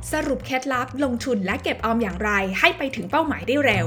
สรุปเคล็ดลับลงทุนและเก็บออมอย่างไรให้ไปถึงเป้าหมายได้เร็ว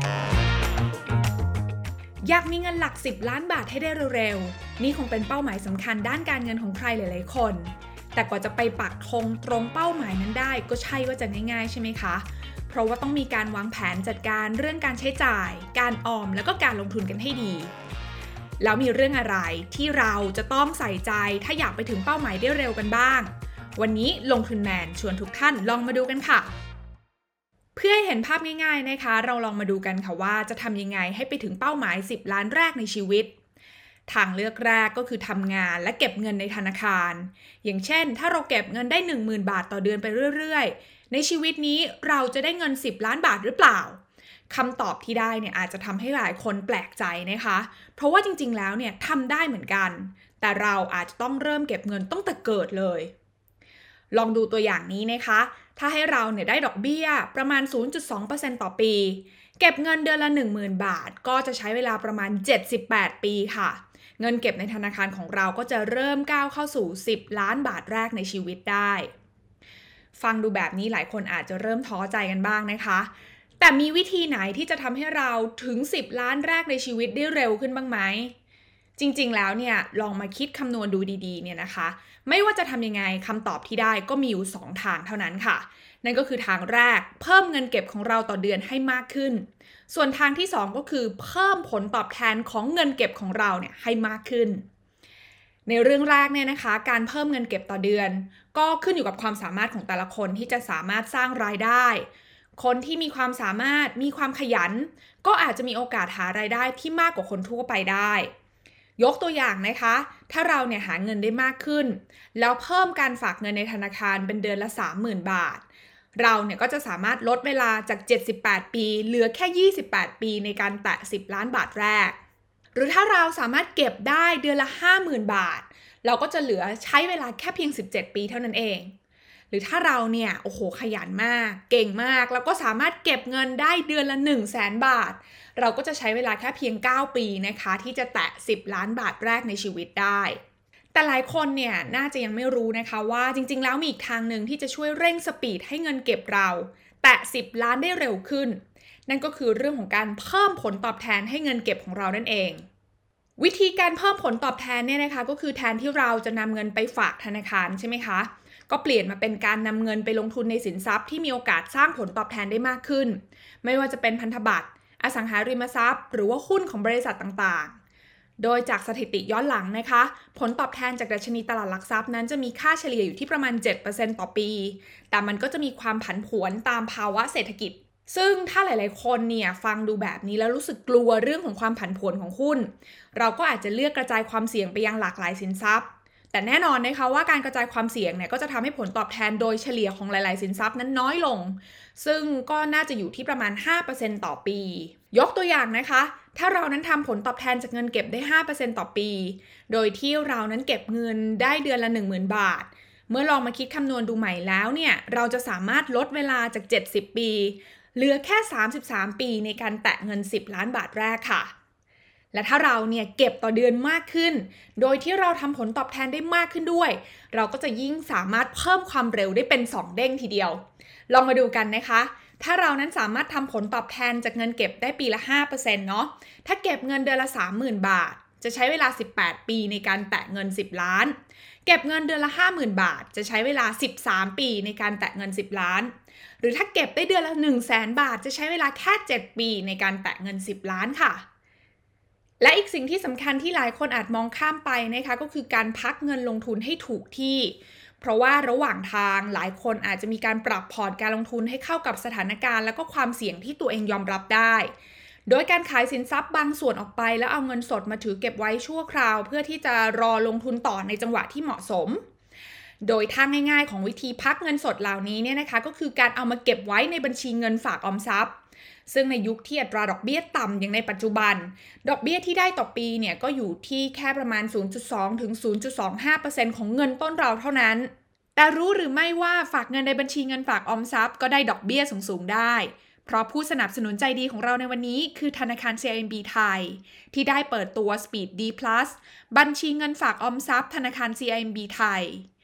อยากมีเงินหลัก10ล้านบาทให้ได้เร็วๆนี่คงเป็นเป้าหมายสำคัญด้านการเงินของใครหลายๆคนแต่กว่าจะไปปักธงตรงเป้าหมายนั้นได้ก็ใช่ว่าจะง่ายๆใช่ไหมคะเพราะว่าต้องมีการวางแผนจัดการเรื่องการใช้จ่ายการออมแล้วก็การลงทุนกันให้ดีแล้วมีเรื่องอะไรที่เราจะต้องใส่ใจถ้าอยากไปถึงเป้าหมายได้เร็วกันบ้างวันนี้ลงทุนแมนชวนทุกท่านลองมาดูกันค่ะเพื่อให้เห็นภาพง่ายๆนะคะเราลองมาดูกันค่ะว่าจะทำยังไงให้ไปถึงเป้าหมาย10ล้านแรกในชีวิตทางเลือกแรกก็คือทำงานและเก็บเงินในธนาคารอย่างเช่นถ้าเราเก็บเงินได้ 10,000 บาทต่อเดือนไปเรื่อยๆในชีวิตนี้เราจะได้เงิน10ล้านบาทหรือเปล่าคำตอบที่ได้เนี่ยอาจจะทำให้หลายคนแปลกใจนะคะเพราะว่าจริงๆแล้วเนี่ยทำได้เหมือนกันแต่เราอาจจะต้องเริ่มเก็บเงินตั้งแต่เกิดเลยลองดูตัวอย่างนี้นะคะถ้าให้เราเนี่ยได้ดอกเบี้ยประมาณ 0.2% ต่อปีเก็บเงินเดือนละ 10,000 บาทก็จะใช้เวลาประมาณ78ปีค่ะเงินเก็บในธนาคารของเราก็จะเริ่มก้าวเข้าสู่10ล้านบาทแรกในชีวิตได้ฟังดูแบบนี้หลายคนอาจจะเริ่มท้อใจกันบ้างนะคะแต่มีวิธีไหนที่จะทำให้เราถึง10ล้านแรกในชีวิตได้เร็วขึ้นบ้างไหมจริงๆแล้วเนี่ยลองมาคิดคำนวณดูดีๆเนี่ยนะคะไม่ว่าจะทำยังไงคำตอบที่ได้ก็มีอยู่2ทางเท่านั้นค่ะนั่นก็คือทางแรกเพิ่มเงินเก็บของเราต่อเดือนให้มากขึ้นส่วนทางที่2ก็คือเพิ่มผลตอบแทนของเงินเก็บของเราเนี่ยให้มากขึ้นในเรื่องแรกเนี่ยนะคะการเพิ่มเงินเก็บต่อเดือนก็ขึ้นอยู่กับความสามารถของแต่ละคนที่จะสามารถสร้างรายได้คนที่มีความสามารถมีความขยันก็อาจจะมีโอกาสหารายได้ที่มากกว่าคนทั่วไปได้ยกตัวอย่างนะคะถ้าเราเนี่ยหาเงินได้มากขึ้นแล้วเพิ่มการฝากเงินในธนาคารเป็นเดือนละ 30,000 บาทเราเนี่ยก็จะสามารถลดเวลาจาก78ปีเหลือแค่28ปีในการแตะ10ล้านบาทแรกหรือถ้าเราสามารถเก็บได้เดือนละ 50,000 บาทเราก็จะเหลือใช้เวลาแค่เพียง17ปีเท่านั้นเองหรือถ้าเราเนี่ยโอ้โหขยันมากเก่งมากแล้วก็สามารถเก็บเงินได้เดือนละ 100,000 บาทเราก็จะใช้เวลาแค่เพียง9ปีนะคะที่จะแตะ10ล้านบาทแรกในชีวิตได้แต่หลายคนเนี่ยน่าจะยังไม่รู้นะคะว่าจริงๆแล้วมีอีกทางหนึ่งที่จะช่วยเร่งสปีดให้เงินเก็บเราแตะ10ล้านได้เร็วขึ้นนั่นก็คือเรื่องของการเพิ่มผลตอบแทนให้เงินเก็บของเรานั่นเองวิธีการเพิ่มผลตอบแทนเนี่ยนะคะก็คือแทนที่เราจะนำเงินไปฝากธนาคารใช่ไหมคะก็เปลี่ยนมาเป็นการนำเงินไปลงทุนในสินทรัพย์ที่มีโอกาสสร้างผลตอบแทนได้มากขึ้นไม่ว่าจะเป็นพันธบัตรอสังหาริมทรัพย์หรือว่าหุ้นของบริษัทต่างๆโดยจากสถิติย้อนหลังนะคะผลตอบแทนจากดัชนีตลาดหลักทรัพย์นั้นจะมีค่าเฉลี่ยอยู่ที่ประมาณ 7% ต่อปีแต่มันก็จะมีความผันผวนตามภาวะเศรษฐกิจซึ่งถ้าหลายๆคนเนี่ยฟังดูแบบนี้แล้วรู้สึกกลัวเรื่องของความผันผวนของหุ้นเราก็อาจจะเลือกกระจายความเสี่ยงไปยังหลากหลายสินทรัพย์แต่แน่นอนนะคะว่าการกระจายความเสี่ยงเนี่ยก็จะทำให้ผลตอบแทนโดยเฉลี่ยของหลายๆสินทรัพย์นั้นน้อยลงซึ่งก็น่าจะอยู่ที่ประมาณ 5% ต่อปียกตัวอย่างนะคะถ้าเรานั้นทำผลตอบแทนจากเงินเก็บได้ 5% ต่อปีโดยที่เรานั้นเก็บเงินได้เดือนละ 10,000 บาทเมื่อลองมาคิดคำนวณดูใหม่แล้วเนี่ยเราจะสามารถลดเวลาจาก70ปีเหลือแค่33ปีในการแตะเงิน10ล้านบาทแรกค่ะและถ้าเราเนี่ยเก็บต่อเดือนมากขึ้นโดยที่เราทำผลตอบแทนได้มากขึ้นด้วยเราก็จะยิ่งสามารถเพิ่มความเร็วได้เป็น2เด้งทีเดียวลองมาดูกันนะคะถ้าเรานั้นสามารถทำผลตอบแทนจากเงินเก็บได้ปีละ 5% เนาะถ้าเก็บเงินเดือนละ 30,000 บาทจะใช้เวลา18ปีในการแตะเงิน10ล้านเก็บเงินเดือนละ 50,000 บาทจะใช้เวลา13ปีในการแตะเงิน10ล้านหรือถ้าเก็บได้เดือนละ 100,000 บาทจะใช้เวลาแค่7ปีในการแตะเงิน10ล้านค่ะและอีกสิ่งที่สำคัญที่หลายคนอาจมองข้ามไปนะคะก็คือการพักเงินลงทุนให้ถูกที่เพราะว่าระหว่างทางหลายคนอาจจะมีการปรับพอร์ตการลงทุนให้เข้ากับสถานการณ์และก็ความเสี่ยงที่ตัวเองยอมรับได้โดยการขายสินทรัพย์บางส่วนออกไปแล้วเอาเงินสดมาถือเก็บไว้ชั่วคราวเพื่อที่จะรอลงทุนต่อในจังหวะที่เหมาะสมโดยทางง่ายๆของวิธีพักเงินสดเหล่านี้เนี่ยนะคะก็คือการเอามาเก็บไว้ในบัญชีเงินฝากออมทรัพย์ซึ่งในยุคที่อัตราดอกเบี้ยต่ำอย่างในปัจจุบันดอกเบี้ยที่ได้ต่อปีเนี่ยก็อยู่ที่แค่ประมาณ 0.2 ถึง 0.25% ของเงินต้นเราเท่านั้นแต่รู้หรือไม่ว่าฝากเงินในบัญชีเงินฝากออมทรัพย์ก็ได้ดอกเบี้ยสูงๆได้เพราะผู้สนับสนุนใจดีของเราในวันนี้คือธนาคาร CIMB ไทยที่ได้เปิดตัว Speed D Plus บัญชีเงินฝากออมทรัพย์ธนาคาร CIMB ไทย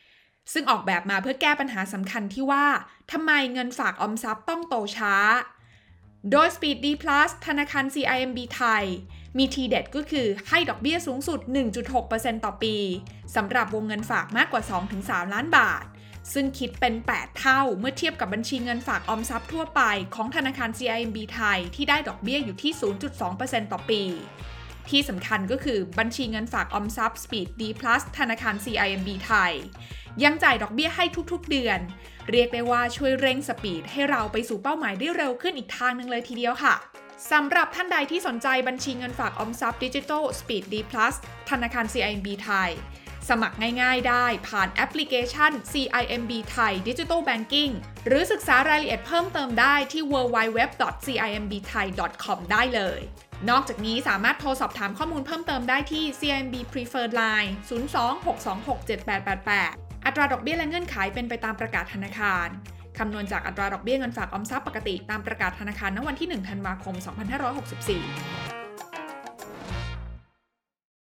ซึ่งออกแบบมาเพื่อแก้ปัญหาสำคัญที่ว่าทำไมเงินฝากออมทรัพย์ต้องโตช้าโดย Speed D Plus ธนาคาร CIMB ไทยมีทีเด็ดก็คือให้ดอกเบี้ยสูงสุด 1.6% ต่อปีสำหรับวงเงินฝากมากกว่า 2-3 ล้านบาทซึ่งคิดเป็น 8 เท่าเมื่อเทียบกับบัญชีเงินฝากออมทรัพย์ทั่วไปของธนาคาร CIMB ไทยที่ได้ดอกเบี้ยอยู่ที่ 0.2% ต่อปีที่สำคัญก็คือบัญชีเงินฝากออมทรัพย์ Speed D Plus ธนาคาร CIMB ไทยยังจ่ายดอกเบี้ยให้ทุกๆเดือนเรียกได้ว่าช่วยเร่งสปีดให้เราไปสู่เป้าหมายได้เร็วขึ้นอีกทางนึงเลยทีเดียวค่ะสำหรับท่านใดที่สนใจบัญชีเงินฝากออมทรัพย์ดิจิทัล Speed D Plus ธนาคาร CIMB ไทยสมัครง่ายๆได้ผ่านแอปพลิเคชัน CIMB Thai Digital Banking หรือศึกษารายละเอียดเพิ่มเติมได้ที่ www.cimbthai.com ได้เลยนอกจากนี้สามารถโทรสอบถามข้อมูลเพิ่มเติมได้ที่ CIMB Preferred Line 02-626-7888 อัตราดอกเบี้ยและเงื่อนไขเป็นไปตามประกาศธนาคารคำนวณจากอัตราดอกเบี้ยเงินฝากออมทรัพย์ปกติตามประกาศธนาคารณวันที่ 1 ธันวาคม 2564